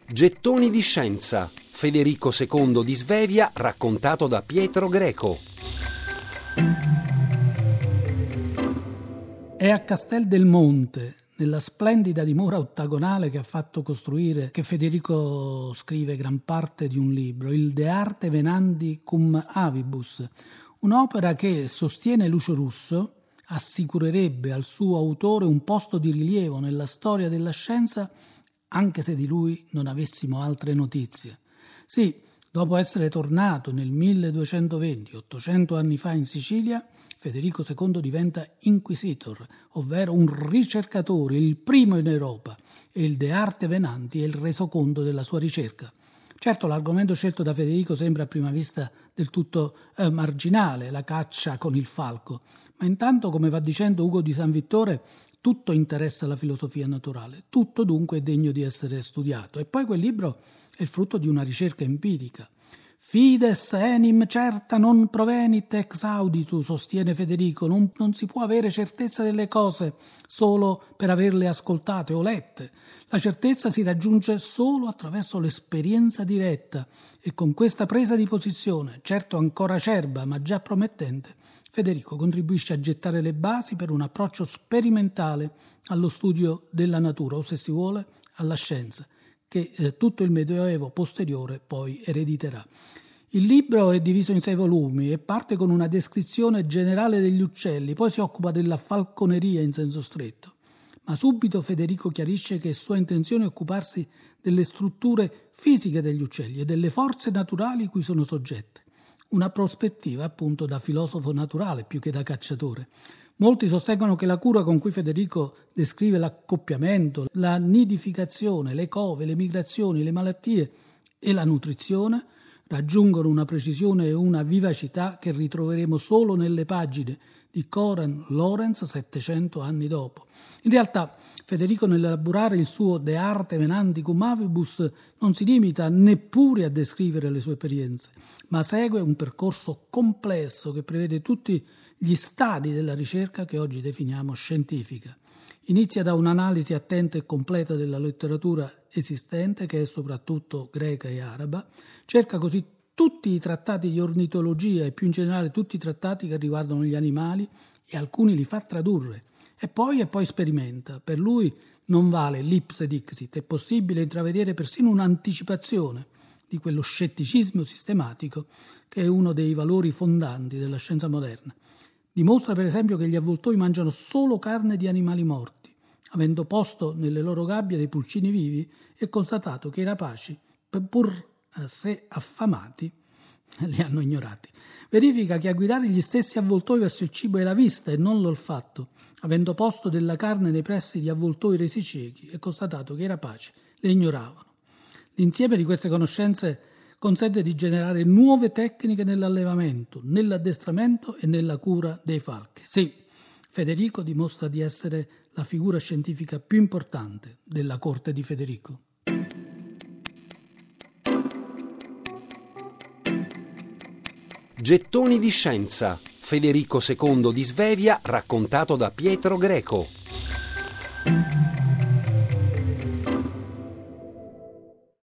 Gettoni di scienza. Federico II di Svevia raccontato da Pietro Greco. È a Castel del Monte, nella splendida dimora ottagonale che ha fatto costruire, che Federico scrive gran parte di un libro, il De Arte Venandi cum Avibus, un'opera che, sostiene Lucio Russo, assicurerebbe al suo autore un posto di rilievo nella storia della scienza anche se di lui non avessimo altre notizie. Sì, dopo essere tornato nel 1220, 800 anni fa in Sicilia, Federico II diventa inquisitor, ovvero un ricercatore, il primo in Europa, e il De Arte Venandi è il resoconto della sua ricerca. Certo, l'argomento scelto da Federico sembra a prima vista del tutto marginale, la caccia con il falco, ma intanto, come va dicendo Ugo di San Vittore, tutto interessa la filosofia naturale, tutto dunque è degno di essere studiato. E poi quel libro è il frutto di una ricerca empirica. Fides enim certa non provenit ex auditu, sostiene Federico, non si può avere certezza delle cose solo per averle ascoltate o lette. La certezza si raggiunge solo attraverso l'esperienza diretta e con questa presa di posizione, certo ancora acerba ma già promettente, Federico contribuisce a gettare le basi per un approccio sperimentale allo studio della natura, o se si vuole, alla scienza, che tutto il Medioevo posteriore poi erediterà. Il libro è diviso in 6 volumi e parte con una descrizione generale degli uccelli, poi si occupa della falconeria in senso stretto. Ma subito Federico chiarisce che è sua intenzione occuparsi delle strutture fisiche degli uccelli e delle forze naturali cui sono soggette. Una prospettiva appunto da filosofo naturale più che da cacciatore. Molti sostengono che la cura con cui Federico descrive l'accoppiamento, la nidificazione, le cove, le migrazioni, le malattie e la nutrizione raggiungono una precisione e una vivacità che ritroveremo solo nelle pagine di Conrad Lorenz 700 anni dopo. In realtà Federico, nell'elaborare il suo De Arte Venandi cum Avibus, non si limita neppure a descrivere le sue esperienze, ma segue un percorso complesso che prevede tutti gli stadi della ricerca che oggi definiamo scientifica. Inizia da un'analisi attenta e completa della letteratura esistente, che è soprattutto greca e araba, cerca così tutti i trattati di ornitologia e più in generale tutti i trattati che riguardano gli animali e alcuni li fa tradurre e poi sperimenta. Per lui non vale l'ipse dixit, è possibile intravedere persino un'anticipazione di quello scetticismo sistematico che è uno dei valori fondanti della scienza moderna. Dimostra per esempio che gli avvoltoi mangiano solo carne di animali morti, avendo posto nelle loro gabbie dei pulcini vivi e constatato che i rapaci, pur se affamati, li hanno ignorati. Verifica che a guidare gli stessi avvoltoi verso il cibo è la vista e non l'olfatto, avendo posto della carne nei pressi di avvoltoi resi ciechi e constatato che i rapaci le ignoravano. L'insieme di queste conoscenze consente di generare nuove tecniche nell'allevamento, nell'addestramento e nella cura dei falchi. Sì, Federico dimostra di essere la figura scientifica più importante della corte di Federico. Gettoni di scienza. Federico II di Svevia raccontato da Pietro Greco.